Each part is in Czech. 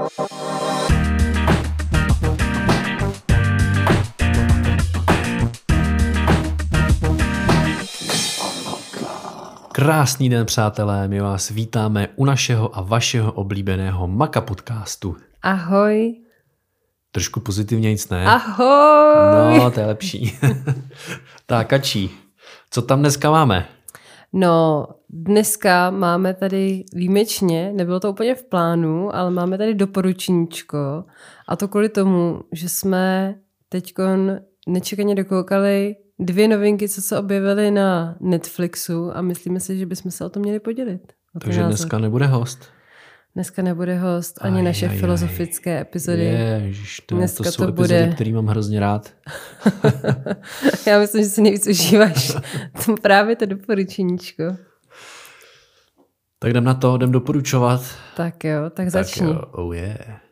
Krásný den, přátelé, my vás vítáme u našeho a vašeho oblíbeného Maka podcastu. Ahoj. Trošku pozitivnějc, ne? Ahoj. No, to je lepší. Tak, Kačí, co tam dneska máme? No, dneska máme tady výjimečně, nebylo to úplně v plánu, ale máme tady doporučeníčko. A to kvůli tomu, že jsme teďkon nečekaně dokoukali 2 novinky, co se objevily na Netflixu a myslíme si, že bychom se o to měli podělit. Takže dneska nebude host. Dneska nebude host ani naše filozofické epizody. Ježiš, to jsou epizody, který mám hrozně rád. Já myslím, že si nejvíc užíváš právě to doporučeníčko. Tak jdem na to, jdem doporučovat. Tak jo, tak začni. Jo, oh yeah.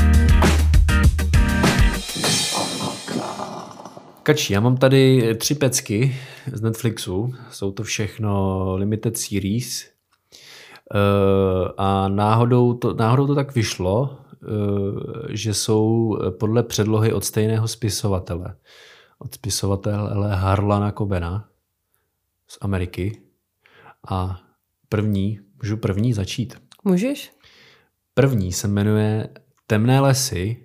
Kačí, já mám tady 3 pecky z Netflixu. Jsou to všechno limited series. A náhodou to tak vyšlo, že jsou podle předlohy od stejného spisovatele. Od spisovatele Harlana Cobena z Ameriky. A můžu první začít? Můžeš? První se jmenuje Temné lesy.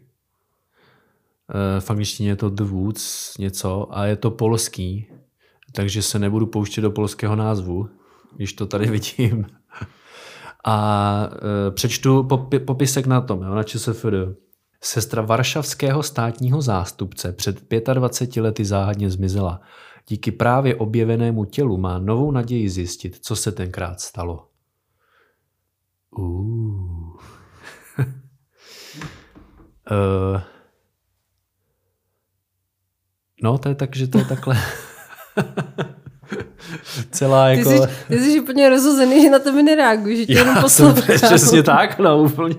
V angličtině je to The Woods něco a je to polský, takže se nebudu pouštět do polského názvu, když to tady vidím. A přečtu popisek na tom, na ČSFD. Sestra varšavského státního zástupce před 25 lety záhadně zmizela. Díky právě objevenému tělu má novou naději zjistit, co se tenkrát stalo. No, to je tak, že to je takhle. Celá jako... Ty jsi úplně rozhozený, že na tebe nereaguji, že tě jenom poslouchám. Přesně tak, no úplně.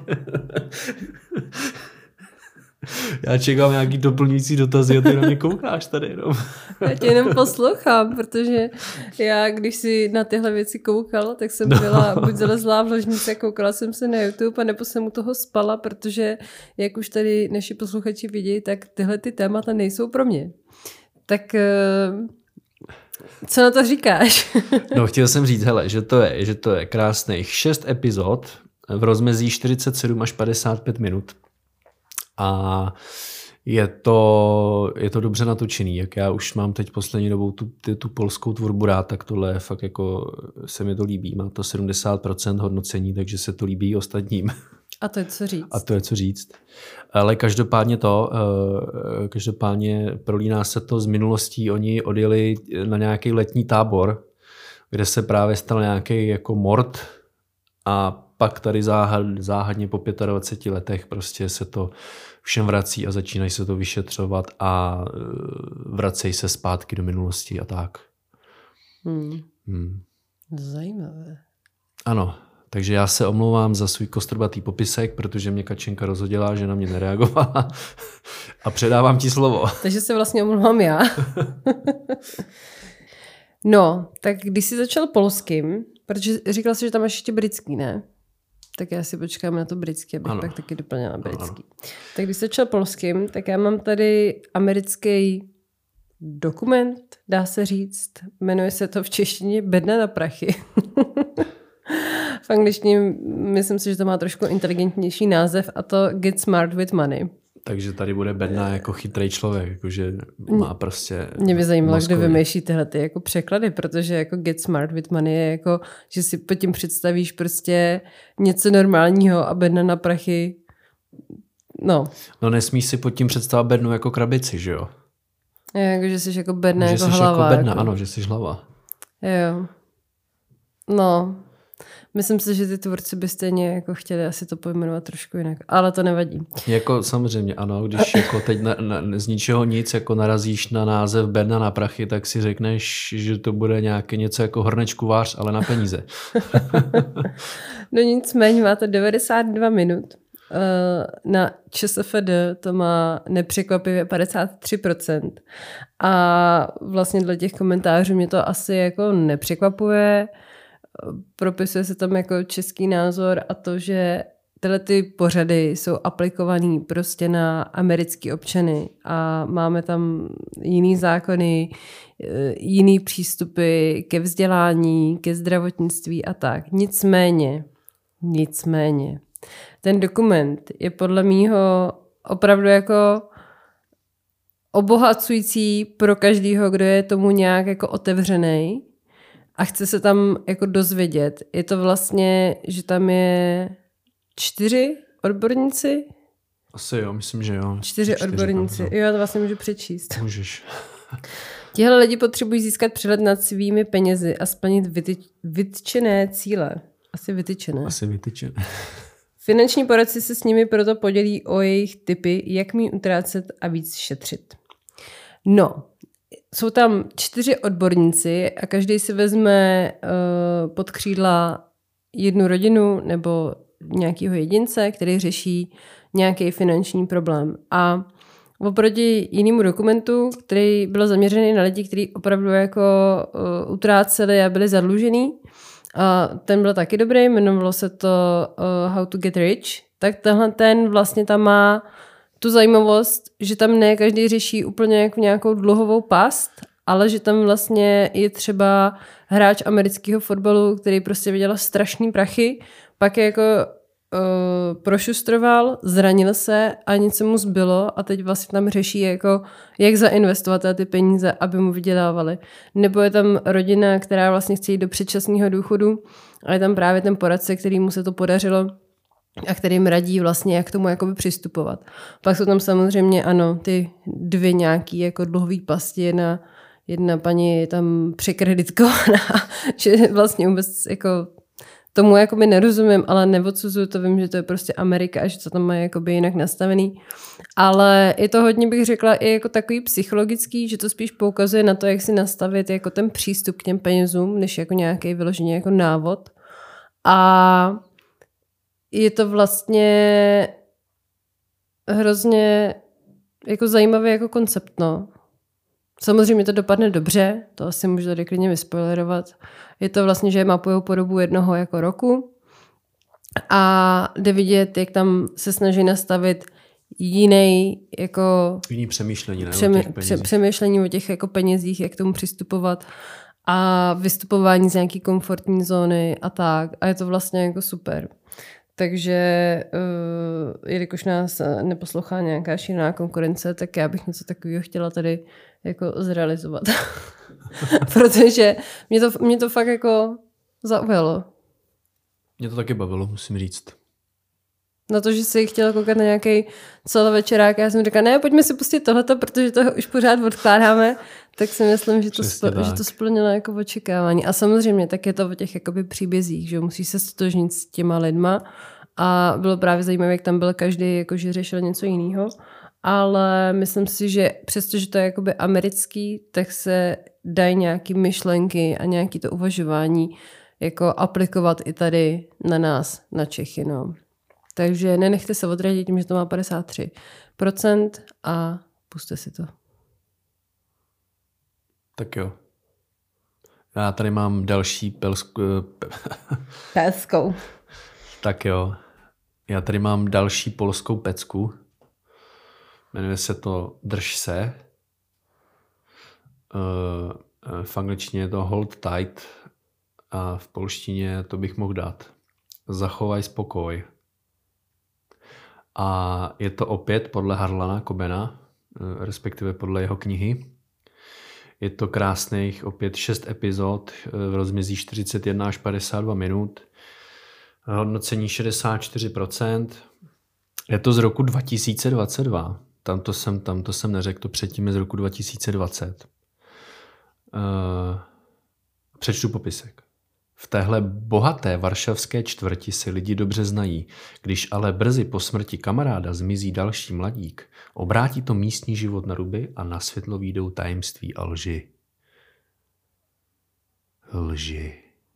Já čekám nějaký doplňující dotazy a ty na mě koukáš tady jenom. Já tě jenom poslouchám, protože já, když si na tyhle věci koukala, tak jsem byla buď zalezlá v ložnici, koukala jsem se na YouTube a nebo jsem u toho spala, protože jak už tady naši posluchači vidí, tak tyhle ty témata nejsou pro mě. Tak co na to říkáš? No, chtěl jsem říct, hele, že to je krásných 6 epizod v rozmezí 47 až 55 minut. A je to dobře natočený. Jak já už mám teď poslední dobou tu polskou tvorbu rád, tak tohle je fakt jako se mi to líbí. Má to 70% hodnocení, takže se to líbí ostatním. A to je co říct. Ale každopádně prolíná se to z minulostí. Oni odjeli na nějaký letní tábor, kde se právě stal nějaký jako mord a pak tady záhadně po 25 letech prostě se to všem vrací a začínají se to vyšetřovat a vracejí se zpátky do minulosti a tak. Zajímavé. Ano, takže já se omlouvám za svůj kostrbatý popisek, protože mě Kačenka rozhodila, že na mě nereagovala a předávám ti slovo. Takže se vlastně omlouvám já. No, tak když jsi začal polským, protože říkala jsi, že tam máš ještě britský, ne? Tak já si počkám na to britský, abych pak taky doplnila britský. Tak když jsi začal polským, tak já mám tady americký dokument, dá se říct. Jmenuje se to v češtině Bedna na prachy. V angličtině myslím si, že to má trošku inteligentnější název a to Get Smart with Money. Takže tady bude Bedna jako chytrý člověk, jakože má prostě... Mě by zajímalo, kdo vymýšlí tyhle ty jako překlady, protože jako Get Smart with Money je jako, že si pod tím představíš prostě něco normálního a Bedna na prachy, no. No nesmíš si pod tím představit Bednu jako krabici, že jo? Jako, že jsi jako Bedna že jako jsi hlava. Jako Bedna, ano, že jsi hlava. Jo. No. Myslím si, že ty tvůrci by stejně jako chtěli asi to pojmenovat trošku jinak, ale to nevadí. Jako samozřejmě ano, když jako teď z ničeho nic jako narazíš na název Bedna na prachy, tak si řekneš, že to bude nějaké něco jako hornečkuvář, ale na peníze. No nicméně má to 92 minut. Na ČSFD to má nepřekvapivě 53%. A vlastně dle těch komentářů mě to asi jako nepřekvapuje. Propisuje se tam jako český názor a to, že tyhle ty pořady jsou aplikovaný prostě na americký občany a máme tam jiný zákony, jiný přístupy ke vzdělání, ke zdravotnictví a tak. Nicméně, ten dokument je podle mýho opravdu jako obohacující pro každýho, kdo je tomu nějak jako otevřenej a chce se tam jako dozvědět. Je to vlastně, že tam je 4 odborníci? Asi jo, myslím, že jo. 4 odborníci. Jo, já to vlastně můžu přečíst. Můžeš. Tihle lidi potřebují získat přehled nad svými penězi a splnit vytyčené cíle. Asi vytyčené. Finanční poradci se s nimi proto podělí o jejich tipy, jak mít utrácet a víc šetřit. No, jsou tam 4 odborníci a každý si vezme pod křídla jednu rodinu nebo nějakého jedince, který řeší nějaký finanční problém. A oproti jinému dokumentu, který byl zaměřený na lidi, kteří opravdu jako utráceli a byli zadlužení, a ten byl taky dobrý, jmenovalo se to How to Get Rich, tak tenhle ten vlastně tam má tu zajímavost, že tam ne každý řeší úplně jako nějakou dluhovou past, ale že tam vlastně je třeba hráč amerického fotbalu, který prostě vydělal strašný prachy, pak je jako prošustroval, zranil se a nic se mu zbylo a teď vlastně tam řeší jako, jak zainvestovat ty peníze, aby mu vydělávali. Nebo je tam rodina, která vlastně chce jít do předčasného důchodu a je tam právě ten poradce, kterýmu se to podařilo a kterým radí vlastně, jak k tomu jakoby přistupovat. Pak jsou tam samozřejmě, ano, ty 2 nějaký jako dluhový pasti, jedna paní je tam překreditkovaná, že vlastně vůbec jako tomu jakoby nerozumím, ale neodsuzuju to, vím, že to je prostě Amerika a že to tam má jakoby jinak nastavený. Ale je to hodně, bych řekla, i jako takový psychologický, že to spíš poukazuje na to, jak si nastavit jako ten přístup k těm penězům, než jako nějaký vyloženě jako návod. A je to vlastně hrozně jako zajímavý jako koncept, no. Samozřejmě to dopadne dobře, to asi můžu tady klidně vyspoilerovat. Je to vlastně, že mapujou po dobu 1 jako roku a jde vidět, jak tam se snaží nastavit jiný přemýšlení, ne? Přemýšlení o těch jako penězích, jak k tomu přistupovat a vystupování z nějaký komfortní zóny a tak. A je to vlastně jako super. Takže jelikož nás neposlouchá nějaká šílená konkurence, tak já bych něco takového chtěla tady jako zrealizovat. Protože mě to fakt jako zaujalo. Mě to taky bavilo, musím říct. Na to, že si chtěla koukat na nějaký celovečerák a já jsem říkala, ne, pojďme si pustit tohleto, protože toho už pořád odkládáme, tak si myslím, že to splnilo jako očekávání. A samozřejmě tak je to o těch jakoby příbězích, že musíš se stotožnit s těma lidma a bylo právě zajímavé, jak tam byl každý, jakože řešil něco jiného. Ale myslím si, že přestože to je jakoby americký, tak se dají nějaké myšlenky a nějaké to uvažování jako aplikovat i tady na nás, na Čechy. No. Takže nenechte se odradit tím, že to má 53% a puste si to. Tak jo. Já tady mám další peckou. Tak jo. Já tady mám další polskou pecku. Jmenuje se to Drž se. V angličtině je to Hold tight a v polštině to bych mohl dát Zachovaj spokoj. A je to opět podle Harlana Cobena, respektive podle jeho knihy. Je to krásných opět 6 epizod v rozmezí 41 až 52 minut. Hodnocení 64%. Je to z roku 2022. Tamto jsem neřekl, to předtím je z roku 2020. Přečtu popisek. V téhle bohaté varšavské čtvrti se lidi dobře znají. Když ale brzy po smrti kamaráda zmizí další mladík, obrátí to místní život na ruby a na světlo vyjdou tajemství a lži. Lži.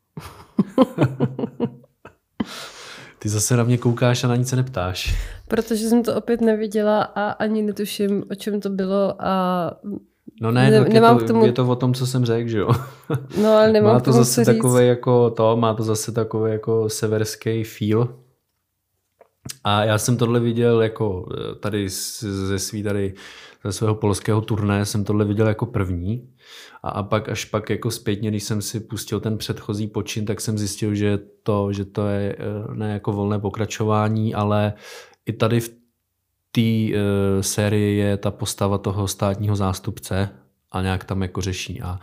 Ty zase na mě koukáš a na nic se neptáš. Protože jsem to opět neviděla a ani netuším, o čem to bylo a no ne, je to o tom, co jsem řekl, že jo. No, ale nemám má to zase takový jako to, má to zase takový jako severský feel. A já jsem tohle viděl jako tady ze svého polského turné jsem tohle viděl jako první. A pak až pak jako zpětně, když jsem si pustil ten předchozí počin, tak jsem zjistil, že to je ne jako volné pokračování, ale i tady v té sérii je ta postava toho státního zástupce a nějak tam jako řeší. A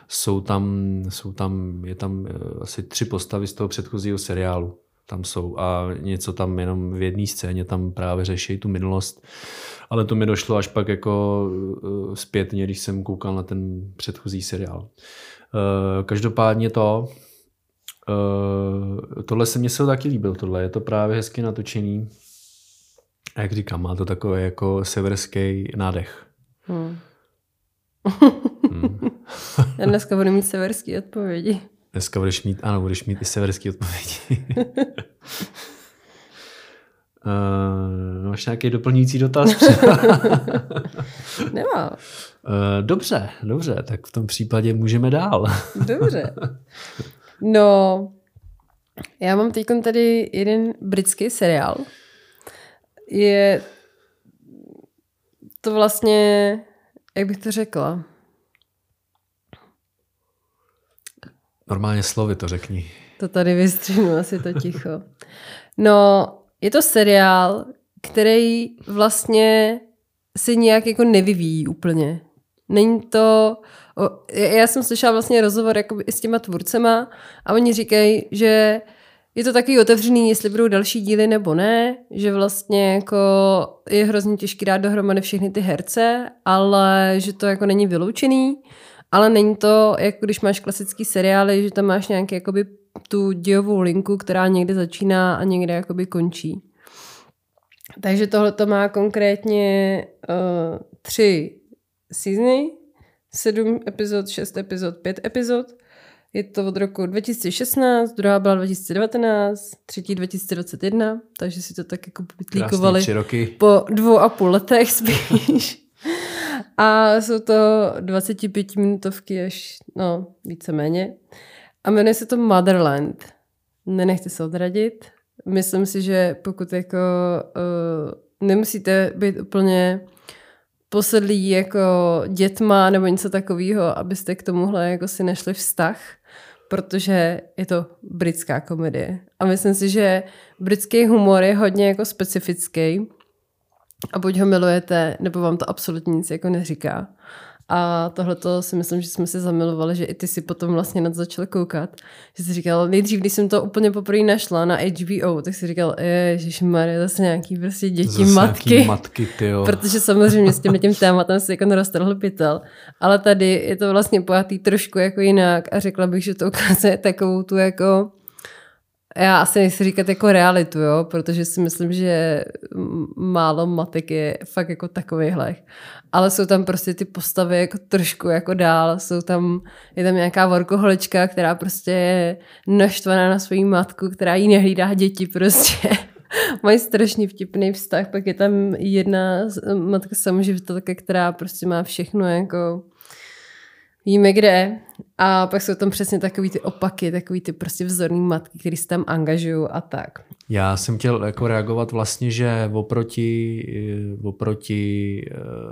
je tam asi 3 postavy z toho předchozího seriálu. Tam jsou a něco tam jenom v jedné scéně tam právě řeší tu minulost. Ale to mi došlo až pak jako zpětně, když jsem koukal na ten předchozí seriál. Každopádně tohle se mně se taky líbil. Tohle je to právě hezky natočený. A jak říkám, má to takový jako severský nádech. Já dneska budu mít severský odpovědi. Dneska budeš mít i severský odpovědi. Máš nějaký doplňující dotaz? Nemám. Dobře, tak v tom případě můžeme dál. Dobře. No, já mám teď tady jeden britský seriál. Je to vlastně, jak bych to řekla? Normálně slovy to řekni. To tady vystřihnu, asi to ticho. No, je to seriál, který vlastně se nějak jako nevyvíjí úplně. Není to... Já jsem slyšela vlastně rozhovor jakoby s těma tvůrcema a oni říkají, že je to takový otevřený, jestli budou další díly nebo ne, že vlastně jako je hrozně těžký dát dohromady všechny ty herce, ale že to jako není vyloučený, ale není to, jako když máš klasický seriály, že tam máš nějaký jakoby tu dějovou linku, která někde začíná a někde jakoby končí. Takže tohle to má konkrétně 3 seasony, 7 epizod, 6 epizod, 5 epizod. Je to od roku 2016, druhá byla 2019, třetí 2021, takže si to tak jako vytlíkovali po 2,5 letech spíš. A jsou to 25 minutovky až, víceméně. A jmenuje se to Motherland. Nenechte se odradit. Myslím si, že pokud jako nemusíte být úplně posedlí jako dětma nebo něco takového, abyste k tomuhle jako si našli vztah, protože je to britská komedie. A myslím si, že britský humor je hodně jako specifický a buď ho milujete, nebo vám to absolutně nic jako neříká. A tohleto si myslím, že jsme se zamilovali, že i ty si potom vlastně na to začal koukat. Že jsi říkal, nejdřív, když jsem to úplně poprvé našla na HBO, tak si říkal, ježišmarja, zase nějaký prostě děti, matky, tyjo. Protože samozřejmě s tím tématem se jako neroztrhl pytel. Ale tady je to vlastně pojatý trošku jako jinak a řekla bych, že to ukazuje takovou tu jako... Já asi nechci říkat jako realitu, jo, protože si myslím, že málo matek je fakt jako takovejhle. Ale jsou tam prostě ty postavy jako trošku jako dál. Je tam nějaká workoholička, která prostě je naštvaná na svou matku, která jí nehlídá děti prostě. Mají strašně vtipný vztah. Pak je tam jedna matka samoživitelka, která prostě má všechno jako... Víme kde. A pak jsou tam přesně takový ty opaky, takový ty prostě vzorný matky, který se tam angažují a tak. Já jsem chtěl jako reagovat vlastně, že oproti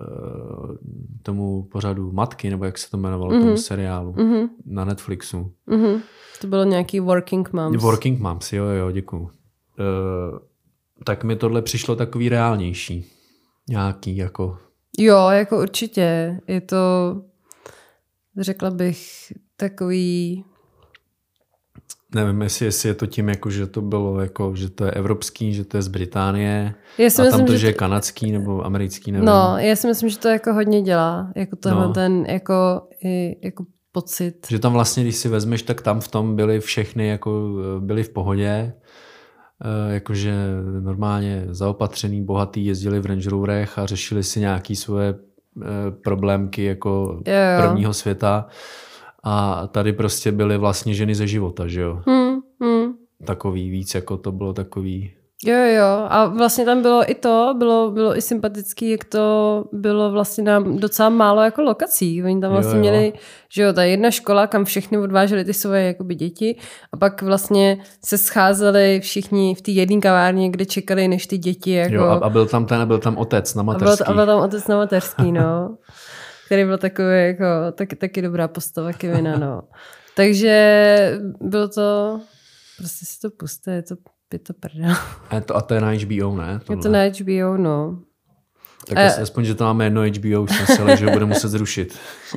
tomu pořadu Matky, nebo jak se to jmenovalo, tomu seriálu na Netflixu. To bylo nějaký Working Moms. Working Moms, jo, děkuju. Tak mi tohle přišlo takový reálnější. Nějaký jako... Jo, jako určitě. Je to... Řekla bych takový... Nevím, jestli je to tím, jako, že to bylo, jako, že to je evropský, že to je z Británie že je kanadský nebo americký, nevím. No, já si myslím, že to jako hodně dělá. Jako ten jako pocit. Že tam vlastně, když si vezmeš, tak tam v tom byli všechny, jako byli v pohodě. Jakože normálně zaopatřený, bohatý, jezdili v Range Roverech a řešili si nějaký svoje problémky jako prvního světa a tady prostě byly vlastně ženy ze života, že jo? Takový víc, jako to bylo takový... Jo, a vlastně tam bylo i to, bylo i sympatický, jak to bylo vlastně nám docela málo jako lokací. Oni tam vlastně měli, že jo, ta jedna škola, kam všechny odváželi ty svoje jakoby děti a pak vlastně se scházeli všichni v té jedné kavárně, kde čekali, než ty děti jako... Jo, a byl tam otec na mateřský. A byl tam otec na mateřský, no. Který byl takový jako, taky dobrá postava Kevina, no. Takže bylo to, prostě si to puste, je to prdel. A to je na HBO, ne? Je to na HBO, no. Tak aspoň, že to máme jedno HBO, už jsem si že ho bude muset zrušit.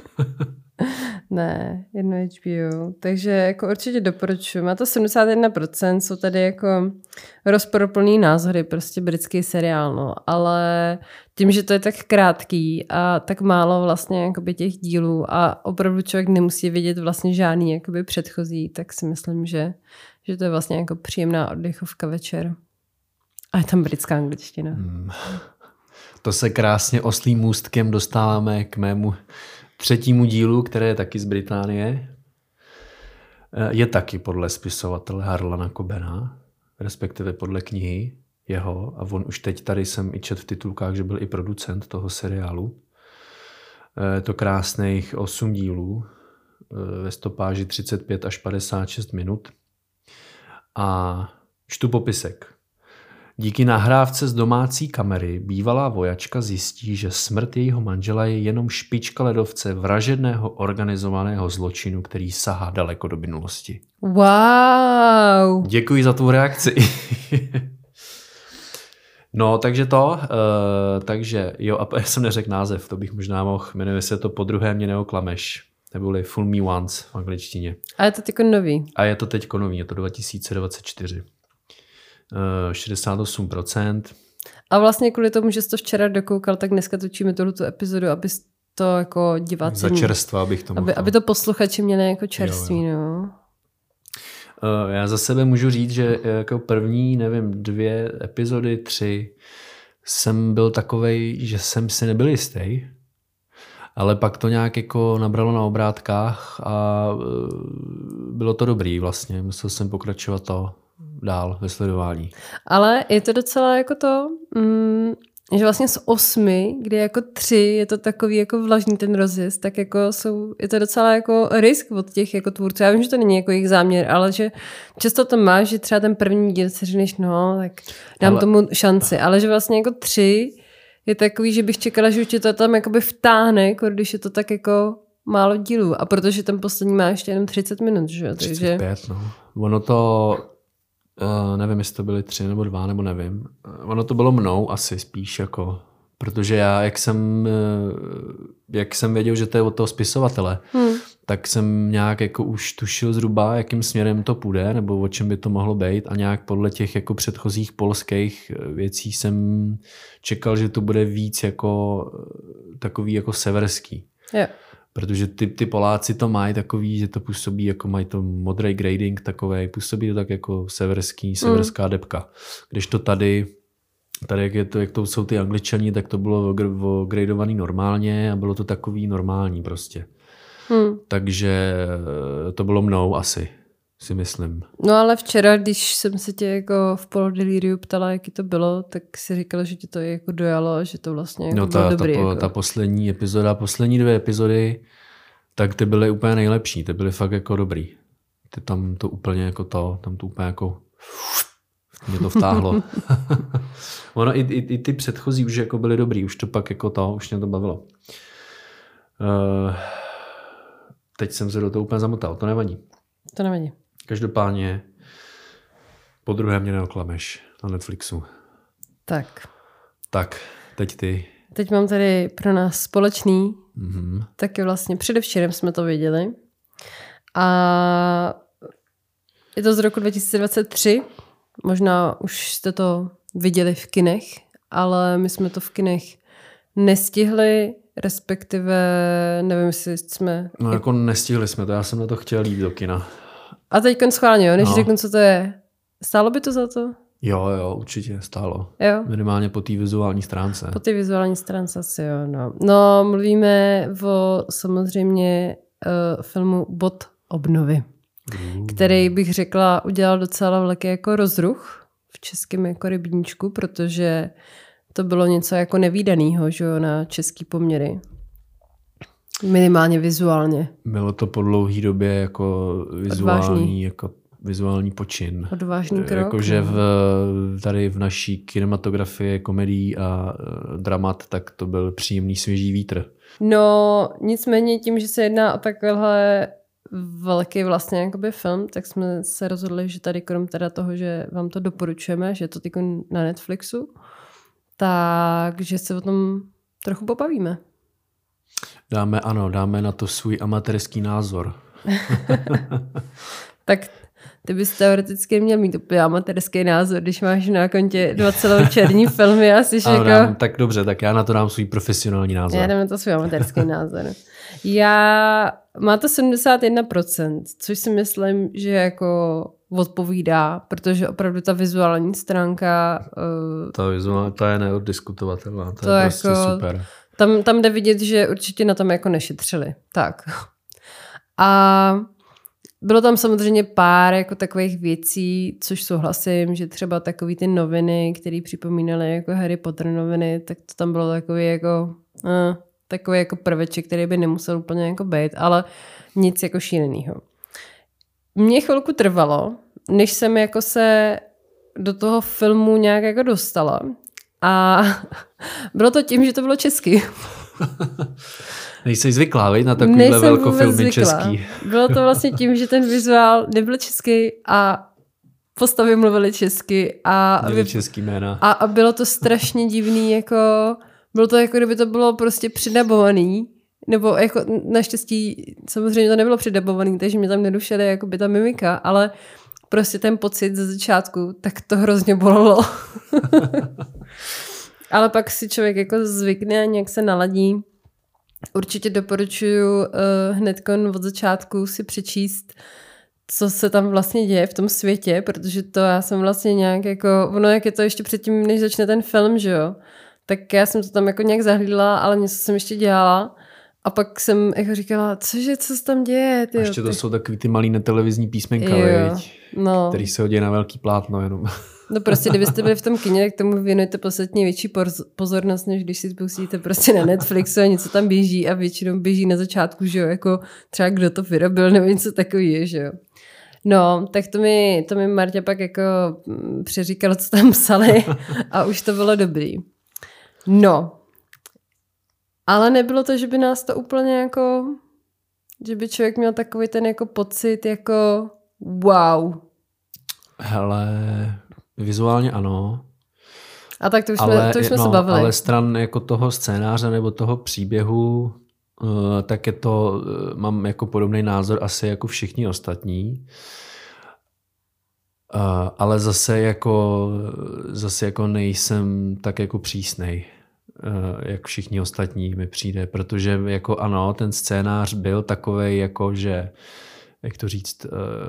Ne, jedno HBO. Takže jako určitě doporučuji. Má to 71%, jsou tady jako rozporuplný názory, prostě britský seriál, no. Ale tím, že to je tak krátký a tak málo vlastně jakoby těch dílů a opravdu člověk nemusí vidět vlastně žádný jakoby předchozí, tak si myslím, že to je vlastně jako příjemná oddechovka večer. A je tam britská angličtina. To se krásně oslým můstkem dostáváme k mému 3. dílu, které je taky z Británie. Je taky podle spisovatele Harlana Cobena, respektive podle knihy jeho. A on už teď tady jsem i četl v titulkách, že byl i producent toho seriálu. Je to krásných 8 dílů ve stopáži 35 až 56 minut. A čtu popisek. Díky nahrávce z domácí kamery bývalá vojačka zjistí, že smrt jejího manžela je jenom špička ledovce vražedného organizovaného zločinu, který sahá daleko do minulosti. Wow! Děkuji za tu reakci. No, takže jo, a já jsem neřekl název, to bych možná mohl, jmenuje se to Po druhé mě neoklameš, neboli Fool Me Once v angličtině. A je to teďko nový. A je to teďko nový, je to 2024. 68%. A vlastně kvůli tomu, že jsi to včera dokoukal, tak dneska točíme tu epizodu, aby to jako diváci... Za čerstva, abych to mohl. Aby to posluchači měli jako čerství, jo. No. Já za sebe můžu říct, že jako první, 2 epizody, 3, jsem byl takovej, že jsem si nebyl jistý, ale pak to nějak jako nabralo na obrátkách a bylo to dobrý vlastně. Musel jsem pokračovat dál ve sledování. Ale je to docela jako to, že vlastně z 8, kdy jako 3 je to takový jako vlažný ten rozjezd, tak jako je to docela jako risk od těch jako tvůrců. Já vím, že to není jako jejich záměr, ale že často to máš, že třeba ten první díl si říkáš, no, tak dám tomu šanci. Ale že vlastně jako 3 je takový, že bych čekala, že už tě to tam jakoby vtáhne, jako když je to tak jako málo dílů. A protože ten poslední má ještě jenom 30 minut, že? 35, no. Ono to... nevím, jestli to byly 3 nebo 2, nebo nevím. Ono to bylo mnou asi spíš jako, protože já, jak jsem věděl, že to je od toho spisovatele, tak jsem nějak jako už tušil zhruba, jakým směrem to půjde, nebo o čem by to mohlo být a nějak podle těch jako předchozích polských věcí jsem čekal, že to bude víc jako takový jako severský. Yeah. Protože ty Poláci to mají takový, že to působí, jako mají to modrý grading takovej, působí to tak jako severská debka. Když to tady jak to jsou ty Angličani, tak to bylo gradovaný normálně a bylo to takový normální prostě. Takže to bylo mnou asi, si myslím. No ale včera, když jsem se tě jako v polodelíriu ptala, jaký to bylo, tak si říkala, že tě to jako dojalo, že to vlastně jako bylo dobrý. Ta poslední epizoda, poslední 2 epizody, tak ty byly úplně nejlepší, ty byly fakt jako dobrý. Ty tam to úplně jako tam to úplně jako mě to vtáhlo. Ono i ty předchozí už jako byly dobrý, už to pak jako už mě to bavilo. Teď jsem se do toho úplně zamotal, to nevadí. To nevadí. Každopádně Po druhé mě neoklameš na Netflixu. Tak, teď ty. Teď mám tady pro nás společný. Taky vlastně předevčírem jsme to viděli. A je to z roku 2023. Možná už jste to viděli v kinech, ale my jsme to v kinech nestihli, respektive nevím, jestli jsme... No jako nestihli jsme to, já jsem na to chtěl jít do kina. A teď schválně, jo, než řeknu, co to je. Stálo by to za to? Jo, určitě stálo. Jo? Minimálně po té vizuální stránce. Po té vizuální stránce asi jo, no. No, mluvíme o samozřejmě filmu Bod obnovy, který bych řekla udělal docela velký jako rozruch v českém jako rybníčku, protože to bylo něco jako nevídanýho, že jo, na český poměry. Minimálně vizuálně. Bylo to po dlouhé době jako vizuální počin. Odvážný krok. Jakože tady v naší kinematografii komedií a dramat, tak to byl příjemný svěží vítr. No, nicméně tím, že se jedná o takovéhle velký vlastně jakoby film, tak jsme se rozhodli, že tady krom teda toho, že vám to doporučujeme, že je to teď na Netflixu, takže se o tom trochu pobavíme. Dáme na to svůj amatérský názor. Tak ty bys teoreticky měl mít úplně amatérský názor, když máš na kontě 2 celočerní filmy a jsi jako... Tak dobře, tak já na to dám svůj profesionální názor. Já dám na to svůj amatérský názor. Má to 71%, což si myslím, že jako odpovídá, protože opravdu ta vizuální stránka... Ta je neoddiskutovatelná, to je prostě jako, super. Tam jde vidět, že určitě na tom jako nešetřili. Tak. A bylo tam samozřejmě pár jako takových věcí, což souhlasím, že třeba takový ty noviny, které připomínaly jako Harry Potter noviny, tak to tam bylo takový jako prveček, který by nemusel úplně jako být, ale nic jako šílenýho. Mně chvilku trvalo, než jsem jako se do toho filmu nějak jako dostala. A bylo to tím, že to bylo česky. Nejsi zvyklá, veď, na takovýhle velkofilmy český. Bylo to vlastně tím, že ten vizuál nebyl český a postavy mluvily česky. Měli český jména. A bylo to strašně divný, jako... Bylo to jako, kdyby to bylo prostě přidabovaný. Nebo jako naštěstí samozřejmě to nebylo přidabovaný, takže mě tam nerušily jako by ta mimika, ale prostě ten pocit ze začátku, tak to hrozně bolelo. Ale pak si člověk jako zvykne a nějak se naladí. Určitě doporučuji hnedkon od začátku si přečíst, co se tam vlastně děje v tom světě, protože to já jsem vlastně nějak jako, ono jak je to ještě předtím, než začne ten film, že jo, tak já jsem to tam jako nějak zahlídla, ale něco jsem ještě dělala. A pak jsem jako říkala, co se tam děje? A ještě to jsou takový ty malý netelevizní písmenka, který se hodí na velký plátno jenom. No prostě, kdybyste byli v tom kině, tak tomu věnujete podstatně větší pozornost, než když si spustíte prostě na Netflixu a něco tam běží a většinou běží na začátku, že jo, jako třeba kdo to vyrobil nebo něco takový, že jo. No, tak to mi Marta pak jako přeříkala, co tam psali a už to bylo dobrý. No, ale nebylo to, že by nás to úplně jako, že by člověk měl takový ten jako pocit jako wow. Hele, vizuálně ano. A tak to už jsme se bavili. Ale stran jako toho scénáře nebo toho příběhu, tak je to, mám jako podobný názor asi jako všichni ostatní. Ale zase jako nejsem tak jako přísnej, jak všichni ostatní mi přijde, protože jako ano, ten scénář byl takovej jako, že jak to říct...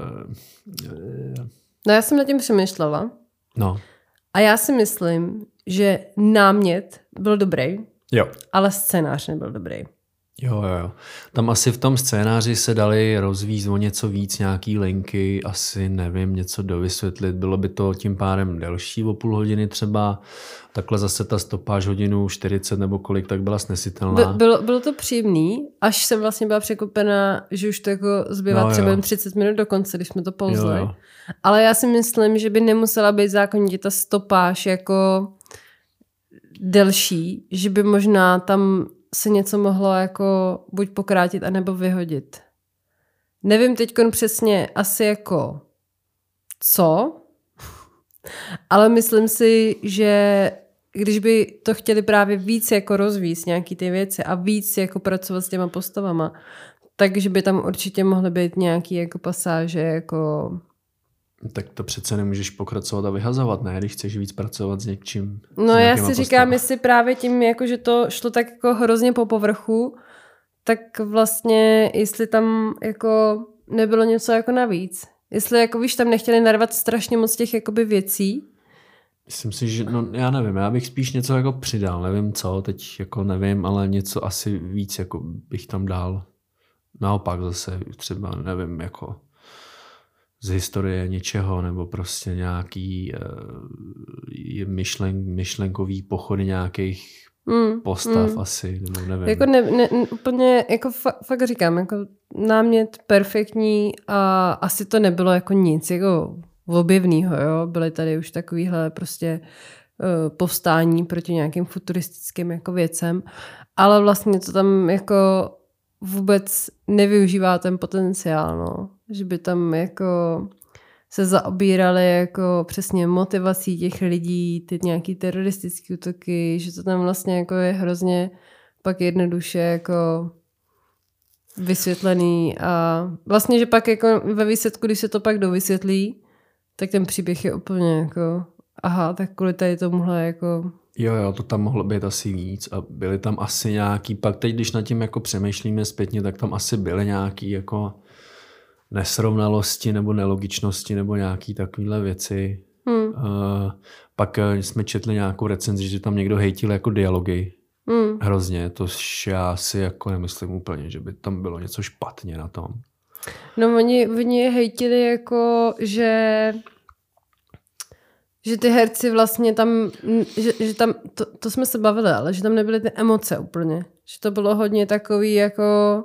No já jsem nad tím přemýšlela. No. A já si myslím, že námět byl dobrý, jo. Ale scénář nebyl dobrý. Jo. Tam asi v tom scénáři se dali rozvízt o něco víc, nějaký linky, asi nevím, něco dovysvětlit. Bylo by to tím pádem delší o půl hodiny třeba. Takhle zase ta stopáž hodinu 40 nebo kolik, tak byla snesitelná. Bylo to příjemný, až jsem vlastně byla překvapená, že už to jako zbývá třeba 30 minut do konce, když jsme to pouzli. Jo. Ale já si myslím, že by nemusela být zákonitě ta stopáž jako delší, že by možná tam se něco mohlo jako buď pokrátit, anebo vyhodit. Nevím teďkon přesně asi jako co, ale myslím si, že když by to chtěli právě víc jako rozvíct nějaký ty věci a víc jako pracovat s těma postavama, takže by tam určitě mohly být nějaký jako pasáže jako... Tak to přece nemůžeš pokračovat a vyhazovat, ne? Když chceš víc pracovat s něčím. No já si říkám, jestli právě tím, jako, že to šlo tak jako hrozně po povrchu, tak vlastně, jestli tam jako nebylo něco jako navíc. Jestli jako víš, tam nechtěli narvat strašně moc těch jakoby věcí. Myslím si, že no já nevím, já bych spíš něco jako přidal, nevím co, teď jako nevím, ale něco asi víc jako bych tam dal. Naopak zase třeba, nevím, jako z historie něčeho, nebo prostě nějaký myšlenkový pochody nějakých postav asi, nebo nevím. Jako úplně, jako fakt říkám, jako námět perfektní a asi to nebylo jako nic, jako objevnýho, jo. Byly tady už takovýhle prostě povstání proti nějakým futuristickým jako věcem, ale vlastně to tam jako vůbec nevyužívá ten potenciál, no. Že by tam jako se zaobírali jako přesně motivací těch lidí, ty nějaký teroristické útoky, že to tam vlastně jako je hrozně pak jednoduše jako vysvětlený a vlastně, že pak jako ve výsledku, když se to pak dovysvětlí, tak ten příběh je úplně jako aha, tak kvůli tady tomuhle jako... Jo, to tam mohlo být asi víc a byly tam asi nějaký, pak teď, když nad tím jako přemýšlíme zpětně, tak tam asi byly nějaký jako nesrovnalosti nebo nelogičnosti nebo nějaký takovýhle věci. Pak jsme četli nějakou recenzi, že tam někdo hejtil jako dialogy. Hrozně, to já si jako nemyslím úplně, že by tam bylo něco špatně na tom. No oni je hejtili jako, že ty herci vlastně tam, že tam, to jsme se bavili, ale že tam nebyly ty emoce úplně. Že to bylo hodně takový jako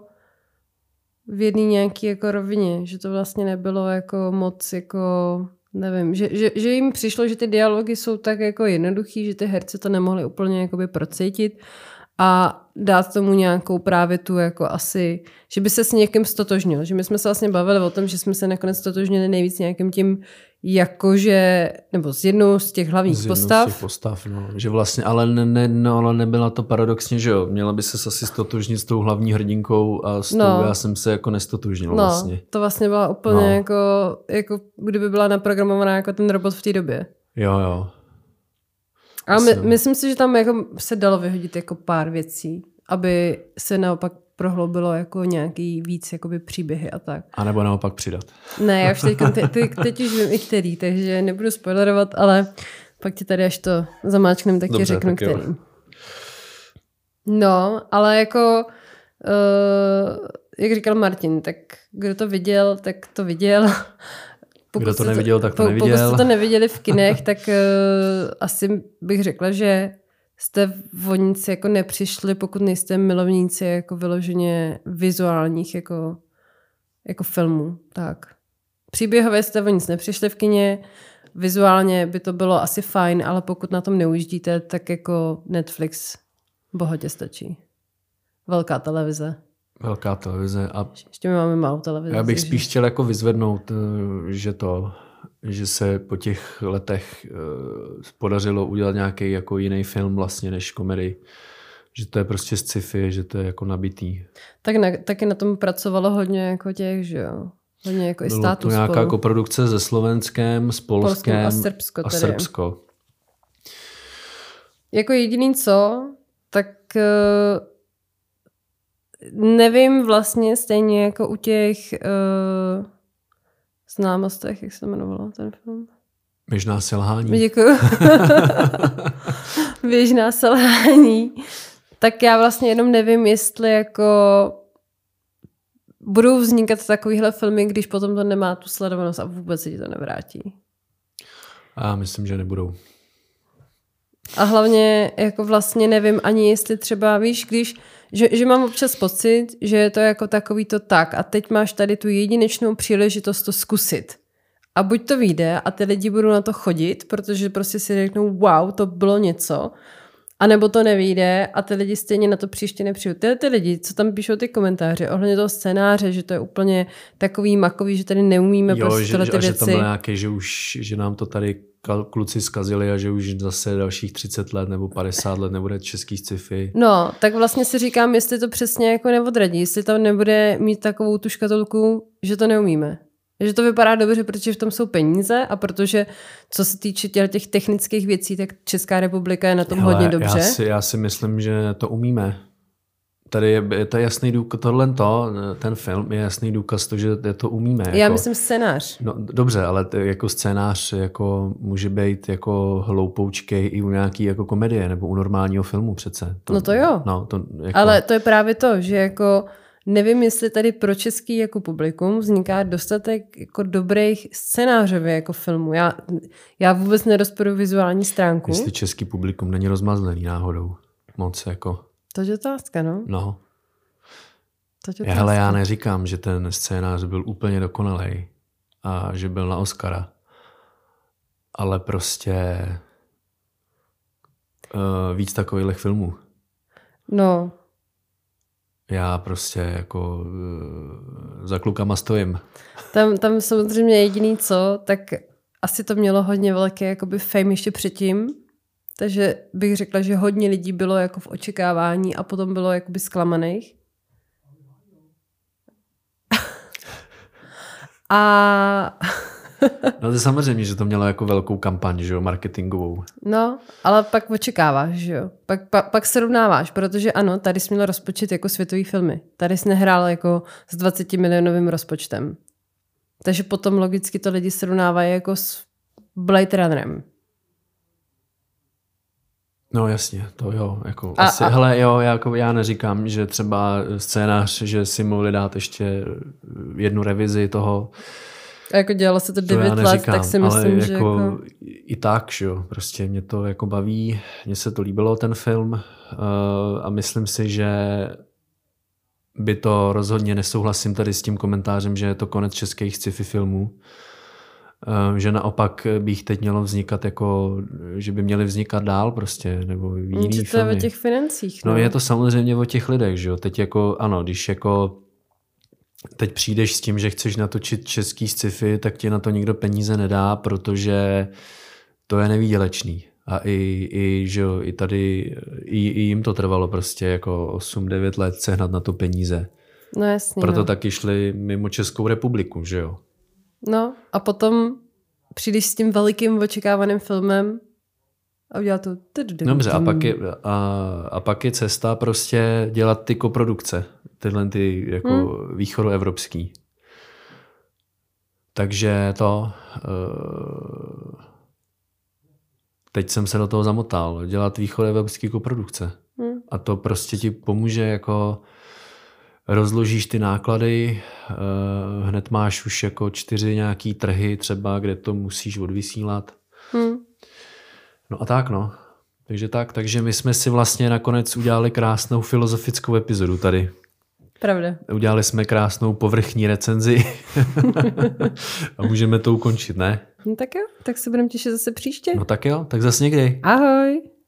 v jedné nějaký jako rovině, že to vlastně nebylo jako moc jako, nevím, že jim přišlo, že ty dialogy jsou tak jako jednoduchý, že ty herci to nemohli úplně jakoby procítit a dát tomu nějakou právě tu jako asi, že by se s někým stotožnil. Že my jsme se vlastně bavili o tom, že jsme se nakonec stotožnili nejvíc nějakým tím jakože, nebo z jednou z těch hlavních postav. No. Že vlastně, ale nebyla to paradoxně, že jo. Měla by se asi stotožnit s tou hlavní hrdinkou a s tou já jsem se jako nestotožnil vlastně. To vlastně byla úplně jako kdyby byla naprogramovaná jako ten robot v té době. Jo. A myslím si, že tam jako se dalo vyhodit jako pár věcí, aby se naopak prohloubilo jako nějaký víc jakoby příběhy a tak. A nebo naopak přidat. Ne, já už teď už vím i který, takže nebudu spoilerovat, ale pak ti tady až to zamáčknem, tak ti řeknu tak který. No, ale jako jak říkal Martin, tak kdo to viděl, tak to viděl. Kdo to neviděl, tak to neviděl. Pokud jste to neviděli v kinech, tak asi bych řekla, že jste o nic jako nepřišli, pokud nejste milovníci jako vyloženě vizuálních jako filmů. Tak. Příběhově jste o nic nepřišli v kině, vizuálně by to bylo asi fajn, ale pokud na tom neujíždíte, tak jako Netflix bohatě stačí. Velká televize. A ještě my máme malou televizi. Já bych spíš chtěl jako vyzvednout, že se po těch letech podařilo udělat nějaký jako jiný film vlastně než komedii. Že to je prostě sci-fi, že to je jako nabitý. Taky na tom pracovalo hodně jako těch, že jo. Hodně jako i států spolu. Bylo to nějaká koprodukce se Slovenskem, s Polskem a Srbsko. Jako jediný co, tak nevím vlastně stejně jako u těch Známostech, jak se to jmenovalo ten film? Běžná selhání. Děkuju. Běžná selhání. Tak já vlastně jenom nevím, jestli jako budou vznikat takovýhle filmy, když potom to nemá tu sledovanost a vůbec se ti to nevrátí. A myslím, že nebudou. A hlavně jako vlastně nevím ani jestli třeba, víš, že mám občas pocit, že je to jako takový to tak a teď máš tady tu jedinečnou příležitost to zkusit. A buď to vyjde a ty lidi budou na to chodit, protože prostě si řeknou wow, to bylo něco, anebo to nevyjde a ty lidi stejně na to příště nepřijdu. Ty lidi, co tam píšou ty komentáře ohledně toho scénáře, že to je úplně takový makový, že tady neumíme prostě tyhle ty věci. Že tam bylo nějaké, že nám to tady kluci zkazili a že už zase dalších 30 let nebo 50 let nebude český sci-fi. No, tak vlastně si říkám, jestli to přesně jako neodradí, jestli to nebude mít takovou tu škatulku, že to neumíme. Že to vypadá dobře, protože v tom jsou peníze a protože co se týče těch technických věcí, tak Česká republika je na tom hodně dobře. Já si myslím, že to umíme. Tady je to jasný důkaz, ten film je jasný důkaz to, že to umíme. Já myslím scénář. No, dobře, ale jako scénář jako může být jako hloupoučkej i u nějaký jako komedie nebo u normálního filmu přece. No to jo. No, to jako... Ale to je právě to, že jako nevím, jestli tady pro český jako publikum vzniká dostatek jako dobrých scénářově jako filmů. Já vůbec nerozporuji vizuální stránku. Jestli český publikum není rozmazlený náhodou. Moc jako... To je otázka, no. No. Hele, já neříkám, že ten scénář byl úplně dokonalej a že byl na Oscara. Ale prostě víc takových filmů. No. Já prostě jako za klukama stojím. Tam samozřejmě jediný co, tak asi to mělo hodně velký jakoby fame ještě předtím. Takže bych řekla, že hodně lidí bylo jako v očekávání a potom bylo jakoby zklamaných. A... No to samozřejmě, že to mělo jako velkou kampaň, že jo, marketingovou. No, ale pak očekáváš, že jo. Pak srovnáváš, protože ano, tady jsi měl rozpočet jako světový filmy. Tady jsi nehrál jako s 20 milionovým rozpočtem. Takže potom logicky to lidi srovnávají jako s Blade Runnerem. No jasně, to jo. Jako hele, jo, já neříkám, že třeba scénář, že si mohli dát ještě jednu revizi toho. A jako dělalo se to 9 let, tak si myslím, ale že jako... I tak, že jo, prostě mě to jako baví, mně se to líbilo ten film a myslím si, že by to rozhodně nesouhlasím tady s tím komentářem, že je to konec českých sci-fi filmů, že naopak by jich teď mělo vznikat jako, že by měly vznikat dál prostě, nebo jiný filmy. To je o těch financích. No je to samozřejmě o těch lidech, že jo, teď jako, ano, když jako teď přijdeš s tím, že chceš natočit český sci-fi, tak ti na to nikdo peníze nedá, protože to je nevýdělečný. A že jo, i tady, i jim to trvalo prostě jako 8-9 let sehnat na to peníze. No jasně. Proto taky šli mimo Českou republiku, že jo. No a potom přijdeš s tím velikým očekávaným filmem a udělá to... Dobře, a pak je cesta prostě dělat ty koprodukce. Tyhle ty jako východoevropský. Takže to... teď jsem se do toho zamotal. Dělat východoevropský koprodukce. A to prostě ti pomůže jako... Rozložíš ty náklady, hned máš už jako 4 nějaký trhy třeba, kde to musíš odvysílat. No a tak no. Takže my jsme si vlastně nakonec udělali krásnou filozofickou epizodu tady. Pravda. Udělali jsme krásnou povrchní recenzi a můžeme to ukončit, ne? No tak jo, tak se budeme těšit zase příště. No tak jo, tak zase někdy. Ahoj.